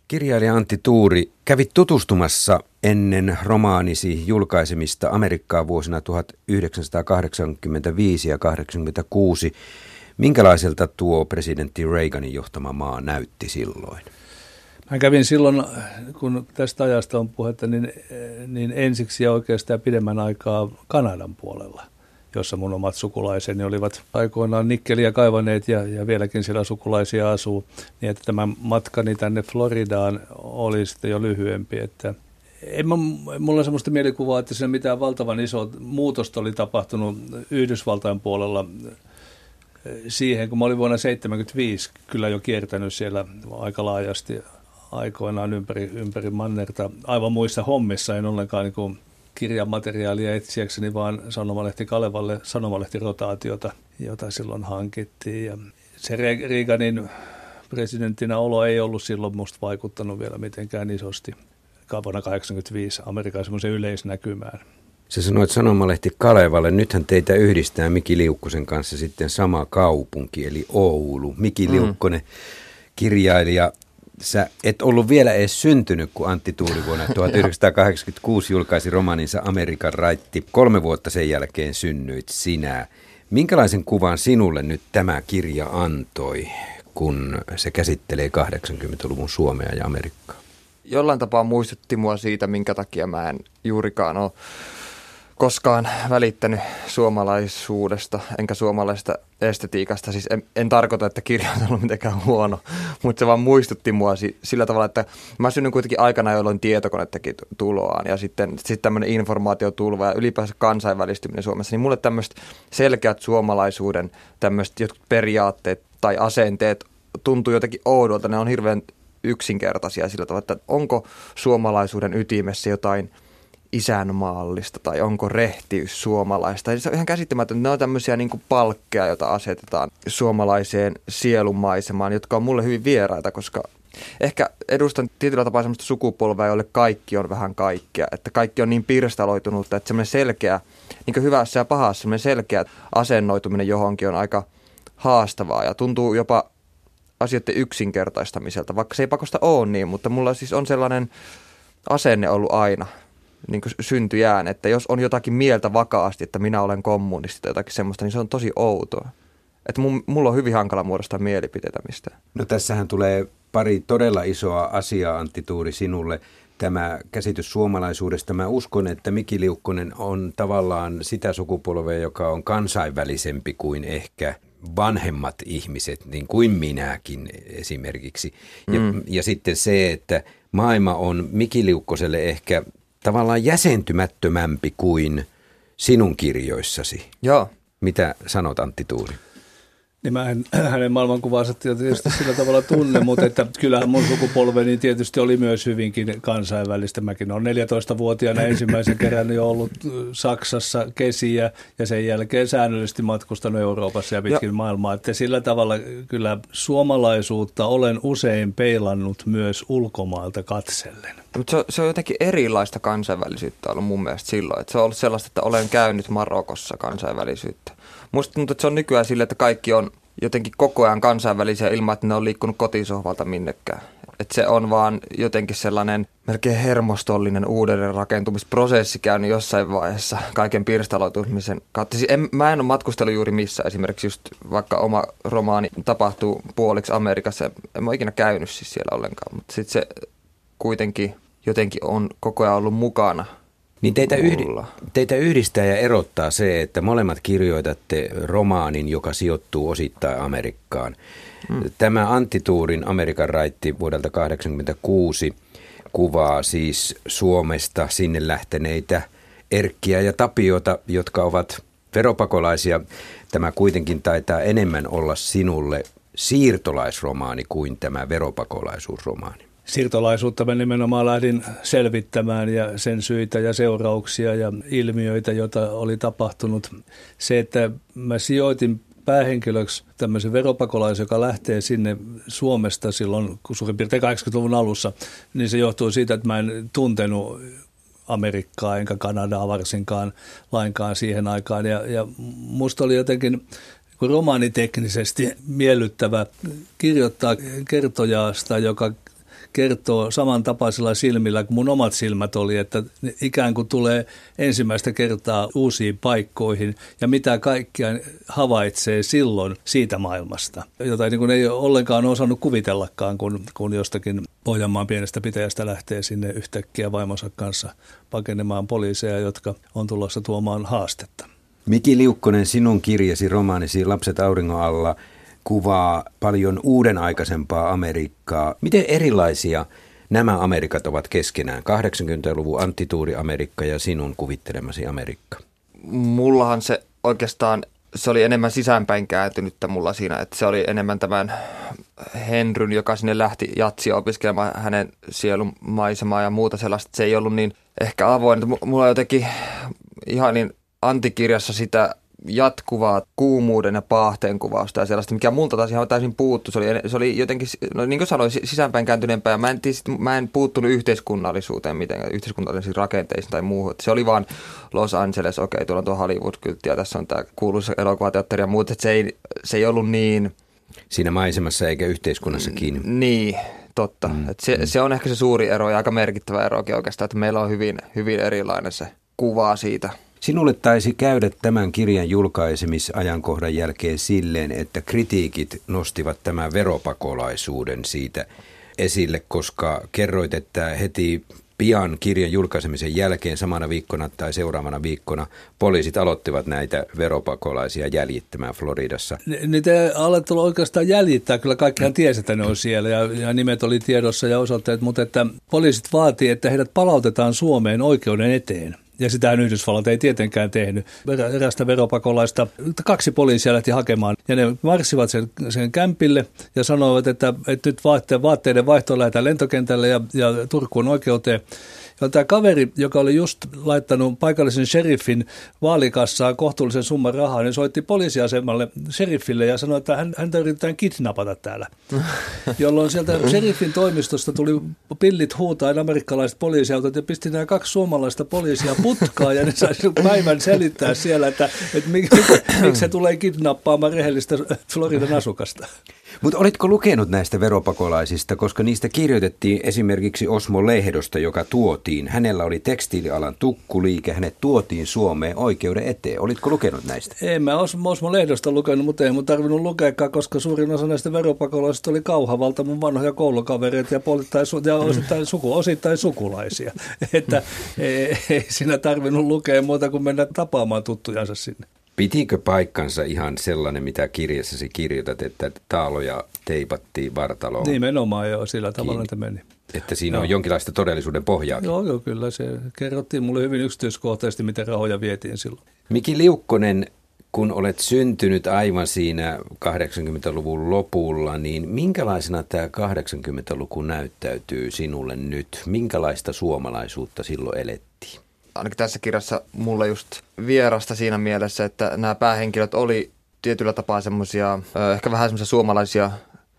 Kirjailija Antti Tuuri, kävit tutustumassa ennen romaanisi julkaisemista Amerikkaa vuosina 1985 ja 1986. Minkälaiselta tuo presidentti Reaganin johtama maa näytti silloin? Mä kävin silloin, kun tästä ajasta on puhetta, niin ensiksi ja oikeastaan pidemmän aikaa Kanadan puolella, jossa mun omat sukulaiseni olivat aikoinaan nikkeliä kaivaneet ja vieläkin siellä sukulaisia asuu, niin että tämä matkani tänne Floridaan oli sitten jo lyhyempi. Että mulla on sellaista mielikuvaa, että siinä mitään valtavan iso muutosta oli tapahtunut Yhdysvaltain puolella siihen, kun mä olin vuonna 1975 kyllä jo kiertänyt siellä aika laajasti aikoinaan ympäri mannerta. Aivan muissa hommissa, en ollenkaan niin kuin kirjamateriaalia etsiäkseni, vaan Sanomalehti Kalevalle sanomalehtirotaatiota, jota silloin hankittiin. Ja se Reaganin presidenttinä olo ei ollut silloin musta vaikuttanut vielä mitenkään isosti vuonna 1985 Amerikan semmoisen yleisnäkymään. Sä sanoit Sanomalehti Kalevalle, nythän teitä yhdistää Miki Liukkosen kanssa sitten sama kaupunki, eli Oulu. Miki Liukkonen, kirjailija. Sä et ollut vielä edes syntynyt, kun Antti Tuuri vuonna 1986 julkaisi romaaninsa Amerikan raitti. 3 vuotta sen jälkeen synnyit sinä. Minkälaisen kuvan sinulle nyt tämä kirja antoi, kun se käsittelee 80-luvun Suomea ja Amerikkaa? Jollain tapaa muistutti mua siitä, minkä takia mä en juurikaan ole koskaan välittänyt suomalaisuudesta, enkä suomalaisesta estetiikasta. Siis en tarkoita, että kirja on ollut mitenkään huono, mutta se vaan muistutti mua sillä tavalla, että mä synnyin kuitenkin aikana, jolloin tietokone teki tuloaan ja sitten tämmöinen informaatiotulva ja ylipäänsä kansainvälistyminen Suomessa, niin mulle tämmöiset selkeät suomalaisuuden tämmöiset jotkut periaatteet tai asenteet tuntuu jotenkin oudolta. Ne on hirveän yksinkertaisia sillä tavalla, että onko suomalaisuuden ytimessä jotain isänmaallista tai onko rehtiys suomalaista. Se on ihan käsittämätöntä. Ne on tämmöisiä niin kuin palkkeja, joita asetetaan suomalaiseen sielunmaisemaan, jotka on mulle hyvin vieraita, koska ehkä edustan tietyllä tapaa semmoista sukupolvea, jolle kaikki on vähän kaikkea. Että kaikki on niin pirstaloitunutta, että semmoinen selkeä, niin kuin hyvässä ja pahassa, semmoinen selkeä asennoituminen johonkin on aika haastavaa ja tuntuu jopa asioiden yksinkertaistamiselta, vaikka se ei pakosta ole niin, mutta mulla siis on sellainen asenne ollut aina niin kuin syntyjään, että jos on jotakin mieltä vakaasti, että minä olen kommunisti tai jotakin semmoista, niin se on tosi outoa. Että mulla on hyvin hankala muodostaa mielipiteitä mistään. No tässähän tulee pari todella isoa asiaa, Antti Tuuri, sinulle. Tämä käsitys suomalaisuudesta. Mä uskon, että Miki Liukkonen on tavallaan sitä sukupolvea, joka on kansainvälisempi kuin ehkä vanhemmat ihmiset, niin kuin minäkin esimerkiksi. Ja sitten se, että maailma on Miki Liukkoselle ehkä tavallaan jäsentymättömämpi kuin sinun kirjoissasi. Joo. Mitä sanot, Antti Tuuri? Niin mä en hänen maailmankuvansa tietysti sillä tavalla tunne, mutta että kyllähän mun sukupolveni tietysti oli myös hyvinkin kansainvälistä. Mäkin olen 14-vuotiaana ensimmäisen kerran jo ollut Saksassa kesiä ja sen jälkeen säännöllisesti matkustanut Euroopassa ja pitkin maailmaa. Että sillä tavalla kyllä suomalaisuutta olen usein peilannut myös ulkomailta katsellen. Mutta se on jotenkin erilaista kansainvälisyyttä ollut mun mielestä silloin. Että se on ollut sellaista, että olen käynyt Marokossa kansainvälisyyttä. Musta tuntuu, että se on nykyään sille, että kaikki on jotenkin koko ajan kansainvälisiä ilman, että ne on liikkunut kotisohvalta minnekään. Että se on vaan jotenkin sellainen melkein hermostollinen uudelleenrakentumisprosessi käynyt jossain vaiheessa kaiken pirstaloitumisen kautta. Siis mä en ole matkustellut juuri missä. Esimerkiksi just vaikka oma romaani tapahtuu puoliksi Amerikassa. En ole ikinä käynyt siis siellä ollenkaan, mutta sitten se kuitenkin jotenkin on koko ajan ollut mukana. Niin teitä yhdistää ja erottaa se, että molemmat kirjoitatte romaanin, joka sijoittuu osittain Amerikkaan. Tämä Antti Tuurin Amerikan raitti vuodelta 1986 kuvaa siis Suomesta sinne lähteneitä Erkkiä ja Tapiota, jotka ovat veropakolaisia. Tämä kuitenkin taitaa enemmän olla sinulle siirtolaisromaani kuin tämä veropakolaisuusromaani. Siirtolaisuutta mä nimenomaan lähdin selvittämään ja sen syitä ja seurauksia ja ilmiöitä, joita oli tapahtunut. Se, että mä sijoitin päähenkilöksi tämmöisen veropakolaisen, joka lähtee sinne Suomesta silloin suurin piirtein 80-luvun alussa, niin se johtuu siitä, että mä en tuntenut Amerikkaa enkä Kanadaa varsinkaan lainkaan siihen aikaan. Ja musta oli jotenkin romaaniteknisesti miellyttävä kirjoittaa kertojasta, joka kertoo samantapaisilla silmillä kuin mun omat silmät oli, että ikään kuin tulee ensimmäistä kertaa uusiin paikkoihin ja mitä kaikkea havaitsee silloin siitä maailmasta, jota niin kuin ei ollenkaan osannut kuvitellakaan, kun jostakin Pohjanmaan pienestä pitäjästä lähtee sinne yhtäkkiä vaimonsa kanssa pakenemaan poliiseja, jotka on tulossa tuomaan haastetta. Miki Liukkonen, sinun kirjasi, romaanisi Lapset auringon alla kuvaa paljon uudenaikaisempaa Amerikkaa. Miten erilaisia nämä Amerikat ovat keskenään? 80-luvun anttituuri-Amerikka ja sinun kuvittelemasi Amerikka. Mullahan se oikeastaan, se oli enemmän sisäänpäin kääntynyttä mulla siinä, että se oli enemmän tämän Henryn, joka sinne lähti jatsia opiskelemaan hänen sielun maisemaa ja muuta sellaista. Se ei ollut niin ehkä avoin. Mulla on jotenkin ihan niin antikirjassa sitä jatkuvaa kuumuuden ja paahteen kuvausta ja sellaista, mikä multa taas ihan täysin puuttu. Se oli jotenkin, no niin kuin sanoin, sisäänpäin kääntyneempää. Mä en puuttunut yhteiskunnallisuuteen mitenkään, yhteiskunnallisiin rakenteisiin tai muuhun. Se oli vaan Los Angeles, okei, tuolla on tuo Hollywood-kyltti ja tässä on tämä kuuluisa elokuvateatteri ja muut. Se ei ollut niin siinä maisemassa eikä yhteiskunnassa kiinni. Niin, totta. Se on ehkä se suuri ero ja aika merkittävä erokin oikeastaan, että meillä on hyvin erilainen se kuva siitä. Sinulle taisi käydä tämän kirjan julkaisemisajankohdan jälkeen silleen, että kritiikit nostivat tämän veropakolaisuuden siitä esille, koska kerroit, että heti pian kirjan julkaisemisen jälkeen samana viikkona tai seuraavana viikkona poliisit aloittivat näitä veropakolaisia jäljittämään Floridassa. Niitä ei alettu oikeastaan jäljittää, kyllä kaikkihan tiesi, että ne on siellä ja nimet oli tiedossa ja osoitteet, mutta että poliisit vaatii, että heidät palautetaan Suomeen oikeuden eteen. Ja sitähän Yhdysvallat ei tietenkään tehnyt. Erästä veropakolaista 2 poliisia lähti hakemaan ja ne marssivat sen kämpille ja sanoivat, että nyt vaatteiden vaihtoon lähdetään lentokentälle ja Turkuun oikeuteen. Ja tämä kaveri, joka oli just laittanut paikallisen sheriffin vaalikassaan kohtuullisen summan rahaa, niin soitti poliisiasemalle sheriffille ja sanoi, että häntä yritetään kidnapata täällä. Jolloin sieltä sheriffin toimistosta tuli pillit huutain amerikkalaiset poliisiautot ja pisti nämä 2 suomalaista poliisia putkaan ja ne saisi päivän selittää siellä, että miksi se tulee kidnappaamaan rehellistä Floridan asukasta. Mutta olitko lukenut näistä veropakolaisista, koska niistä kirjoitettiin esimerkiksi Osmo Lehdosta, joka tuotiin. Hänellä oli tekstiilialan tukkuliike, hänet tuotiin Suomeen oikeuden eteen. Olitko lukenut näistä? En mä Osmo Lehdosta lukenut, mutta ei mun tarvinnut lukeakaan, koska suurin osa näistä veropakolaisista oli Kauhavalta mun vanhoja koulukavereita ja osittain sukulaisia. Että ei siinä tarvinnut lukea muuta kuin mennä tapaamaan tuttujansa sinne. Pitikö paikkansa ihan sellainen, mitä kirjassasi kirjoitat, että taaloja teipattiin vartaloon? Nimenomaan joo, sillä tavalla että meni. Että siinä on jonkinlaista todellisuuden pohjaa. Joo, kyllä se kerrottiin mulle hyvin yksityiskohtaisesti, miten rahoja vietiin silloin. Miki Liukkonen, kun olet syntynyt aivan siinä 80-luvun lopulla, niin minkälaisena tämä 80-luku näyttäytyy sinulle nyt? Minkälaista suomalaisuutta silloin elettiin? Ainakin tässä kirjassa mulle just vierasta siinä mielessä, että nämä päähenkilöt oli tietyllä tapaa semmoisia, ehkä vähän semmoisia suomalaisia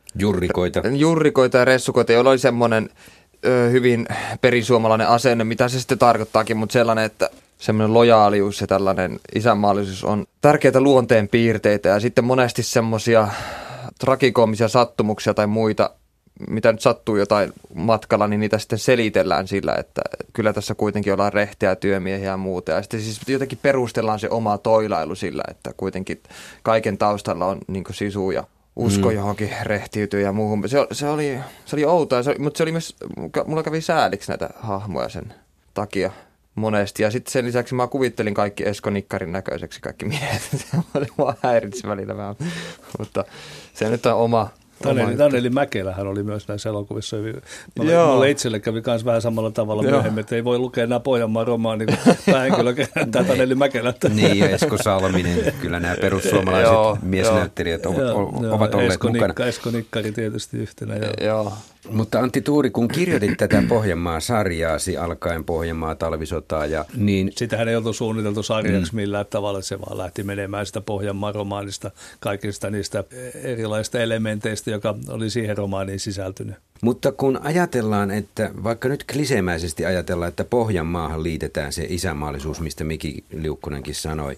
jurrikoita ja ressukoita, joilla oli semmoinen hyvin perisuomalainen asenne, mitä se sitten tarkoittaakin, mutta sellainen, että semmoinen lojaalius ja tällainen isänmaallisuus on tärkeitä luonteen piirteitä ja sitten monesti semmoisia tragikoomisia sattumuksia tai muita, mitä nyt sattuu jotain matkalla, niin niitä sitten selitellään sillä, että kyllä tässä kuitenkin ollaan rehteä työmiehiä ja muuta. Ja sitten siis jotenkin perustellaan se oma toilailu sillä, että kuitenkin kaiken taustalla on niin kuin sisu ja usko johonkin rehtiytyy ja muuhun. Se oli outoa, mutta se oli myös, mulla kävi sääliksi näitä hahmoja sen takia monesti. Ja sitten sen lisäksi mä kuvittelin kaikki Esko Nikkarin näköiseksi kaikki miehet. Se oli mua häiritsi välillä vähän, mutta se nyt on oma. Taneli Mäkelähän oli myös näissä elokuvissa hyvin. Mulle itselle kävi myös vähän samalla tavalla myöhemmin, että ei voi lukea nämä Pohjanmaan romaani, kun päähenkilö kääntää Taneli Mäkelältä. Niin, ja Esko Salminen, kyllä nämä perussuomalaiset miesnäyttelijät ovat olleet mukana. Esko Nikkari tietysti yhtenä. Joo. Mutta Antti Tuuri, kun kirjoitit tätä Pohjanmaa-sarjaasi alkaen Pohjanmaa talvisotaa, niin sitähän ei oltu suunniteltu sarjaksi millään tavalla, se vaan lähti menemään sitä Pohjanmaan romaanista, kaikista niistä erilaisista elementeistä, joka oli siihen romaaniin sisältynyt. Mutta kun ajatellaan, että vaikka nyt kliseemäisesti ajatellaan, että Pohjanmaahan liitetään se isänmaallisuus, mistä Miki Liukkonenkin sanoi,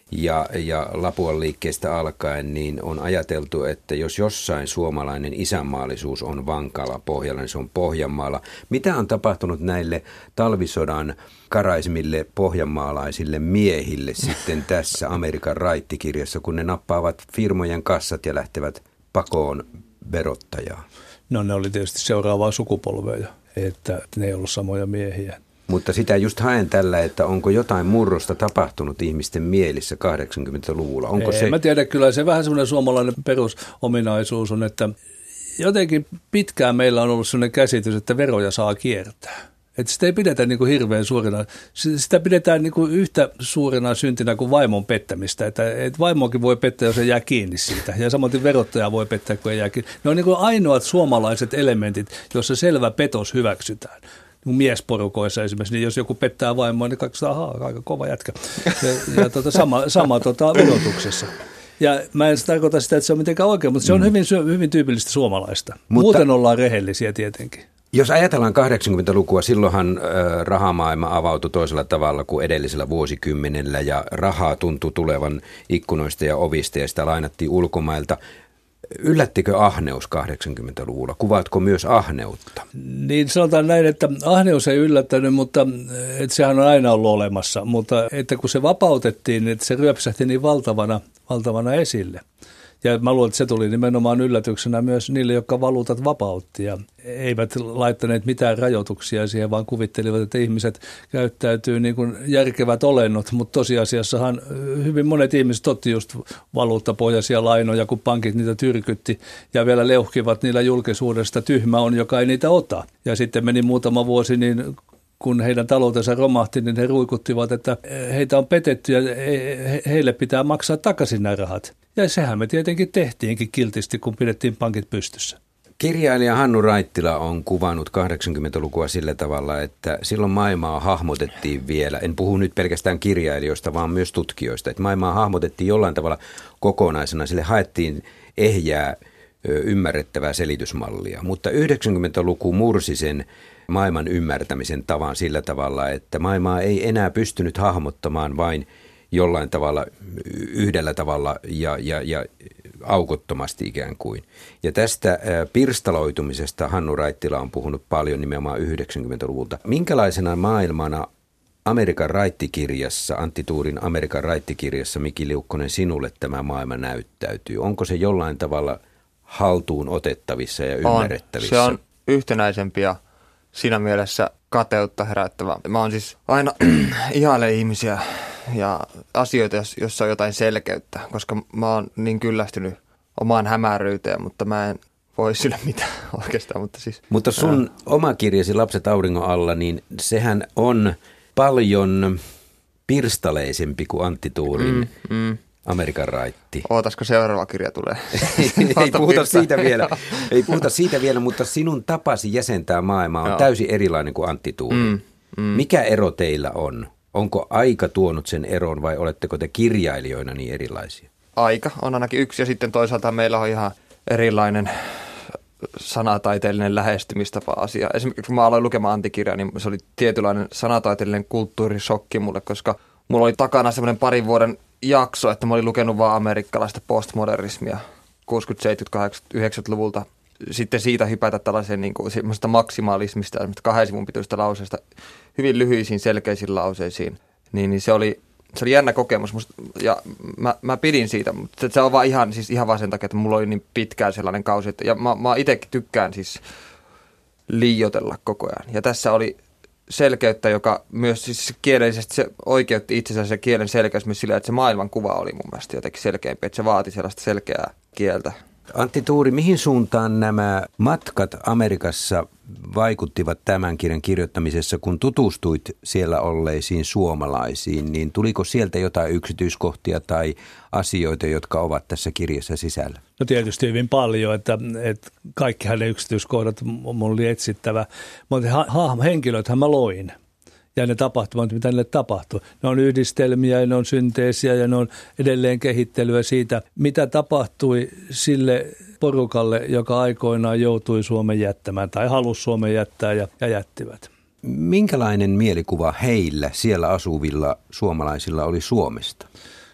ja Lapuan liikkeestä alkaen, niin on ajateltu, että jos jossain suomalainen isänmaallisuus on vankalla pohjalla, niin se on Pohjanmaalla. Mitä on tapahtunut näille talvisodan karaisimille pohjanmaalaisille miehille sitten tässä Amerikan raittikirjassa, kun ne nappaavat firmojen kassat ja lähtevät pakoon verottajaa? No ne oli tietysti seuraavaa sukupolvea, että ne ei ollut samoja miehiä. Mutta sitä just haen tällä, että onko jotain murrosta tapahtunut ihmisten mielissä 80-luvulla? Onko se... Mä tiedän, kyllä se vähän semmoinen suomalainen perusominaisuus on, että jotenkin pitkään meillä on ollut semmoinen käsitys, että veroja saa kiertää. Että sitä ei pidetä niin kuin hirveän suurena, sitä pidetään niin kuin yhtä suurena syntinä kuin vaimon pettämistä, että vaimoakin voi pettää, jos se jää kiinni siitä, ja samoin verottaja voi pettää, kun ei jää kiinni. Ne on niin kuin ainoat suomalaiset elementit, joissa selvä petos hyväksytään. Miesporukoissa esimerkiksi, niin jos joku pettää vaimoa, niin kaikki aika kova jätkä. Sama verotuksessa. Ja mä en tarkoita sitä, että se on mitenkään oikein, mutta se on hyvin tyypillistä suomalaista. Muuten ollaan rehellisiä tietenkin. Jos ajatellaan 80-lukua, silloinhan rahamaailma avautui toisella tavalla kuin edellisellä vuosikymmenellä ja rahaa tuntui tulevan ikkunoista ja ovista ja sitä lainattiin ulkomailta. Yllättikö ahneus 80-luvulla? Kuvaatko myös ahneutta? Niin sanotaan näin, että ahneus ei yllättänyt, mutta että sehän on aina ollut olemassa. Mutta että kun se vapautettiin, että se ryöpsähti niin valtavana esille. Ja mä luulen, että se tuli nimenomaan yllätyksenä myös niille, jotka valuutat vapautti ja eivät laittaneet mitään rajoituksia siihen, vaan kuvittelivat, että ihmiset käyttäytyy niin kuin järkevät olennot, mutta tosiasiassahan hyvin monet ihmiset otti just valuuttapohjaisia lainoja, kun pankit niitä tyrkytti ja vielä leuhkivat niillä julkisuudesta. Tyhmä on, joka ei niitä ota. Ja sitten meni muutama vuosi, niin kun heidän taloutensa romahti, niin he ruikuttivat, että heitä on petetty ja heille pitää maksaa takaisin nämä rahat. Ja sehän me tietenkin tehtiinkin kiltisti, kun pidettiin pankit pystyssä. Kirjailija Hannu Raittila on kuvannut 80-lukua sillä tavalla, että silloin maailmaa hahmotettiin vielä, en puhu nyt pelkästään kirjailijoista, vaan myös tutkijoista, että maailmaa hahmotettiin jollain tavalla kokonaisena, sille haettiin ehjää, ymmärrettävää selitysmallia, mutta 90-luku mursi sen maailman ymmärtämisen tavan sillä tavalla, että maailmaa ei enää pystynyt hahmottamaan vain jollain tavalla, yhdellä tavalla ja aukottomasti ikään kuin. Ja tästä pirstaloitumisesta Hannu Raittila on puhunut paljon nimenomaan 90-luvulta. Minkälaisena maailmana Amerikan raittikirjassa, Antti Tuurin Amerikan raittikirjassa, Miki Liukkonen, sinulle tämä maailma näyttäytyy? Onko se jollain tavalla haltuun otettavissa ja ymmärrettävissä? Se on yhtenäisempi ja siinä mielessä kateutta herättävä. Mä oon siis aina ihailen ihmisiä ja asioita, joissa on jotain selkeyttä, koska mä oon niin kyllästynyt omaan hämäryyteen, mutta mä en voi sille mitään oikeastaan. Mutta sun oma kirjasi Lapset auringon alla, niin sehän on paljon pirstaleisempi kuin Antti Tuurin Amerikan raitti. Ootasko seuraava kirja tulee? Ei puhuta siitä vielä, mutta sinun tapasi jäsentää maailmaa on täysin erilainen kuin Antti Tuuri. Mikä ero teillä on? Onko aika tuonut sen eron vai oletteko te kirjailijoina niin erilaisia? Aika on ainakin yksi ja sitten toisaalta meillä on ihan erilainen sanataiteellinen lähestymistapa asia. Esimerkiksi kun mä aloin lukemaan Antti-kirjaa, niin se oli tietynlainen sanataiteellinen kulttuurisokki mulle, koska mulla oli takana semmoinen 2 vuoden jakso, että mä olin lukenut vaan amerikkalaista postmodernismia 60-, 70-, 80-luvulta. Sitten siitä hypätä tällaiseen niin kuin semmoista maksimalismista, 2 sivun pituista lauseista hyvin lyhyisiin selkeisiin lauseisiin. Niin se oli jännä kokemus ja mä pidin siitä, mutta se on vaan ihan vaan sen takia, että mulla oli niin pitkään sellainen kausi. Ja mä itsekin tykkään siis liioitella koko ajan. Ja tässä oli selkeyttä, joka myös siis kielellisesti se oikeutti itsensä se kielen selkeys myös sillä, että se maailmankuva oli mun mielestä jotenkin selkeämpi, että se vaati sellaista selkeää kieltä. Antti Tuuri, mihin suuntaan nämä matkat Amerikassa vaikuttivat tämän kirjan kirjoittamisessa, kun tutustuit siellä olleisiin suomalaisiin, niin tuliko sieltä jotain yksityiskohtia tai asioita, jotka ovat tässä kirjassa sisällä? No tietysti hyvin paljon, että kaikkihan ne yksityiskohdat mulla oli etsittävä, mutta henkilöthän mä loin. Ja ne tapahtumat, mitä niille tapahtui. Ne on yhdistelmiä ja ne on synteesiä ja ne on edelleen kehittelyä siitä, mitä tapahtui sille porukalle, joka aikoinaan joutui Suomen jättämään tai halusi Suomen jättää ja jättivät. Minkälainen mielikuva heillä siellä asuvilla suomalaisilla oli Suomesta?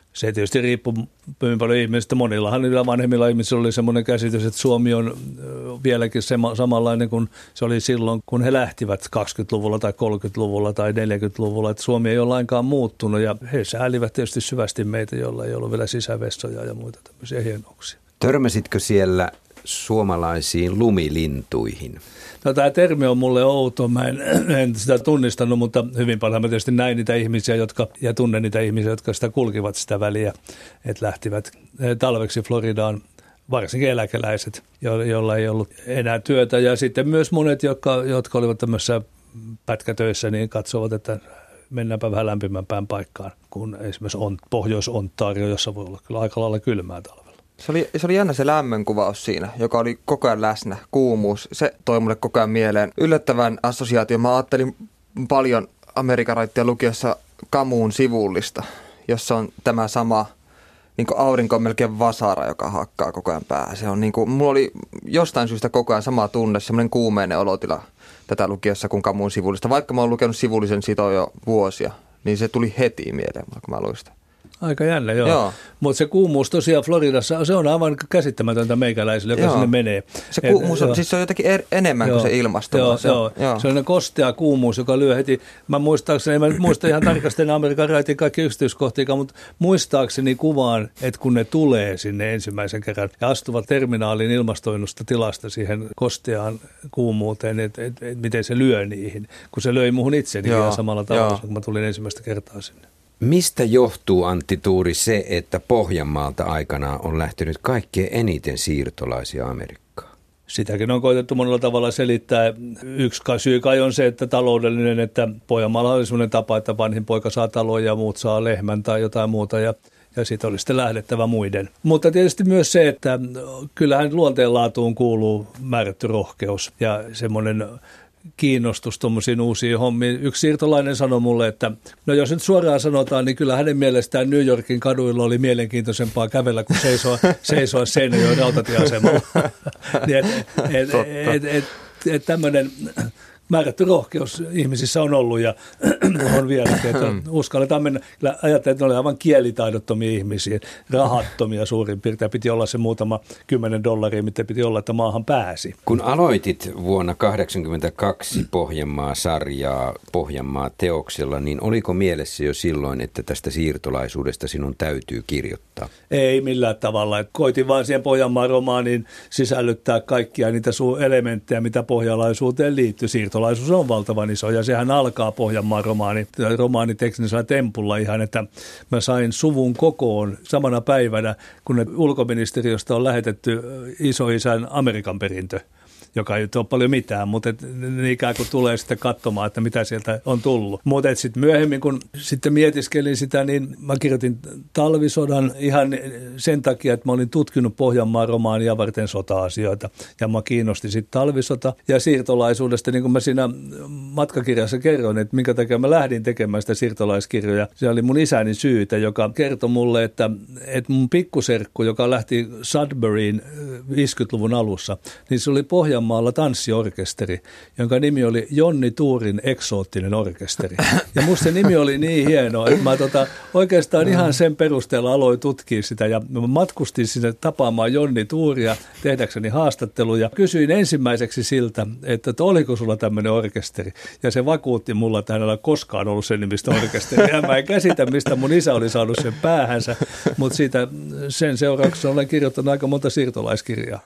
Se tietysti riippuu hyvin paljon ihmisistä. Monillahan niillä vanhemmilla ihmisillä oli semmoinen käsitys, että Suomi on vieläkin samanlainen kuin se oli silloin, kun he lähtivät 20-luvulla tai 30-luvulla tai 40-luvulla. Että Suomi ei ole lainkaan muuttunut ja he säälivät tietysti syvästi meitä, joilla ei ollut vielä sisävessoja ja muita tämmöisiä hienouksia. Törmäsitkö siellä suomalaisiin lumilintuihin? No, tämä termi on mulle outo, mä en sitä tunnistanut, mutta hyvin paljon mä tietysti näin niitä ihmisiä, ja tunnen niitä ihmisiä, jotka sitä kulkivat sitä väliä, että lähtivät talveksi Floridaan, varsinkin eläkeläiset, joilla ei ollut enää työtä, ja sitten myös monet, jotka olivat tämmöisissä pätkätöissä, niin katsovat, että mennäänpä vähän lämpimämpään paikkaan kuin esimerkiksi Pohjois-Ontario, jossa voi olla kyllä aika lailla kylmää talvella. Se oli jännä se lämmönkuvaus siinä, joka oli koko ajan läsnä, kuumuus. Se toi mulle koko ajan mieleen yllättävän assosiaation. Mä ajattelin paljon Amerikan raittia lukiessa Camusin sivullista, jossa on tämä sama, niin kuin aurinko on melkein vasara, joka hakkaa koko ajan päähän. Se on niin kuin, mulla oli jostain syystä koko ajan sama tunne, semmoinen kuumeinen olotila tätä lukiessa kuin Camusin sivullista. Vaikka mä oon lukenut sivullisen siitä jo vuosia, niin se tuli heti mieleen, kun mä luin sitä. Aika jännä, joo. Mutta se kuumuus tosiaan Floridassa, se on aivan käsittämätöntä meikäläisille, joka sinne menee. Se kuumuus on, siis se on jotenkin enemmän kuin se ilmasto. Joo. Se on kostea kuumuus, joka lyö heti. Mä en muista ihan tarkasti Amerikan raitin kaikki yksityiskohtia, mutta muistaakseni kuvaan, että kun ne tulee sinne ensimmäisen kerran ja astuvat terminaalin ilmastoinnusta tilasta siihen kosteaan kuumuuteen, että miten se lyö niihin, kun se löi muhun itseni ihan samalla tavalla, kun mä tulin ensimmäistä kertaa sinne. Mistä johtuu, Antti Tuuri, se, että Pohjanmaalta aikanaan on lähtenyt kaikkein eniten siirtolaisia Amerikkaan? Sitäkin on koetettu monella tavalla selittää. Yksi syy kai on se, että taloudellinen, että Pohjanmaalla oli sellainen tapa, että vanhin poika saa talon ja muut saa lehmän tai jotain muuta ja siitä oli sitten lähdettävä muiden. Mutta tietysti myös se, että kyllähän luonteenlaatuun kuuluu määrätty rohkeus ja semmoinen kiinnostus tuommoisiin uusiin hommiin. Yksi siirtolainen sanoi mulle, että no jos nyt suoraan sanotaan, niin kyllä hänen mielestään New Yorkin kaduilla oli mielenkiintoisempaa kävellä kuin seisoa Seinäjoen rautatieasemalla. Tämmöinen määrätty rohkeus ihmisissä on ollut ja on vieläkin, että uskalletaan mennä. Kyllä ajattelin, että ne oli aivan kielitaidottomia ihmisiä, rahattomia suurin piirtein. Piti olla se muutama $10, mitä piti olla, että maahan pääsi. Kun aloitit vuonna 1982 Pohjanmaa-sarjaa Pohjanmaa-teoksella, niin oliko mielessä jo silloin, että tästä siirtolaisuudesta sinun täytyy kirjoittaa? Ei millään tavalla. Koitin vaan siihen Pohjanmaa-romaaniin sisällyttää kaikkia niitä elementtejä, mitä pohjalaisuuteen liittyy. Siirtolaisuus on valtavan iso ja sehän alkaa Pohjanmaan romaaniteknisellä tempulla ihan, että mä sain suvun kokoon samana päivänä, kun ne ulkoministeriöstä on lähetetty isoisän Amerikan perintö, joka ei ole paljon mitään, mutta ne ikään kuin tulee sitten katsomaan, että mitä sieltä on tullut. Mutta sitten myöhemmin, kun sitten mietiskelin sitä, niin mä kirjoitin talvisodan ihan sen takia, että mä olin tutkinut Pohjanmaan romaania varten sota-asioita. Ja mä kiinnostin sitten talvisota ja siirtolaisuudesta, niin kuin mä siinä matkakirjassa kerroin, että minkä takia mä lähdin tekemään sitä siirtolaiskirjoja. Se oli mun isäni syytä, joka kertoi mulle, että mun pikkuserkku, joka lähti Sudburyin 50-luvun alussa, niin se oli Pohjanmaalla tanssiorkesteri, jonka nimi oli Jonni Tuurin eksoottinen orkesteri. Ja musta se nimi oli niin hieno, että mä oikeastaan ihan sen perusteella aloin tutkia sitä ja mä matkustin sinne tapaamaan Jonni Tuuria tehdäkseni haastatteluja. Kysyin ensimmäiseksi siltä, että oliko sulla tämmöinen orkesteri ja se vakuutti mulla, että hänellä ei koskaan ollut sen nimistä orkesteria. Mä en käsitä, mistä mun isä oli saanut sen päähänsä, mutta sen seurauksena olen kirjoittanut aika monta siirtolaiskirjaa.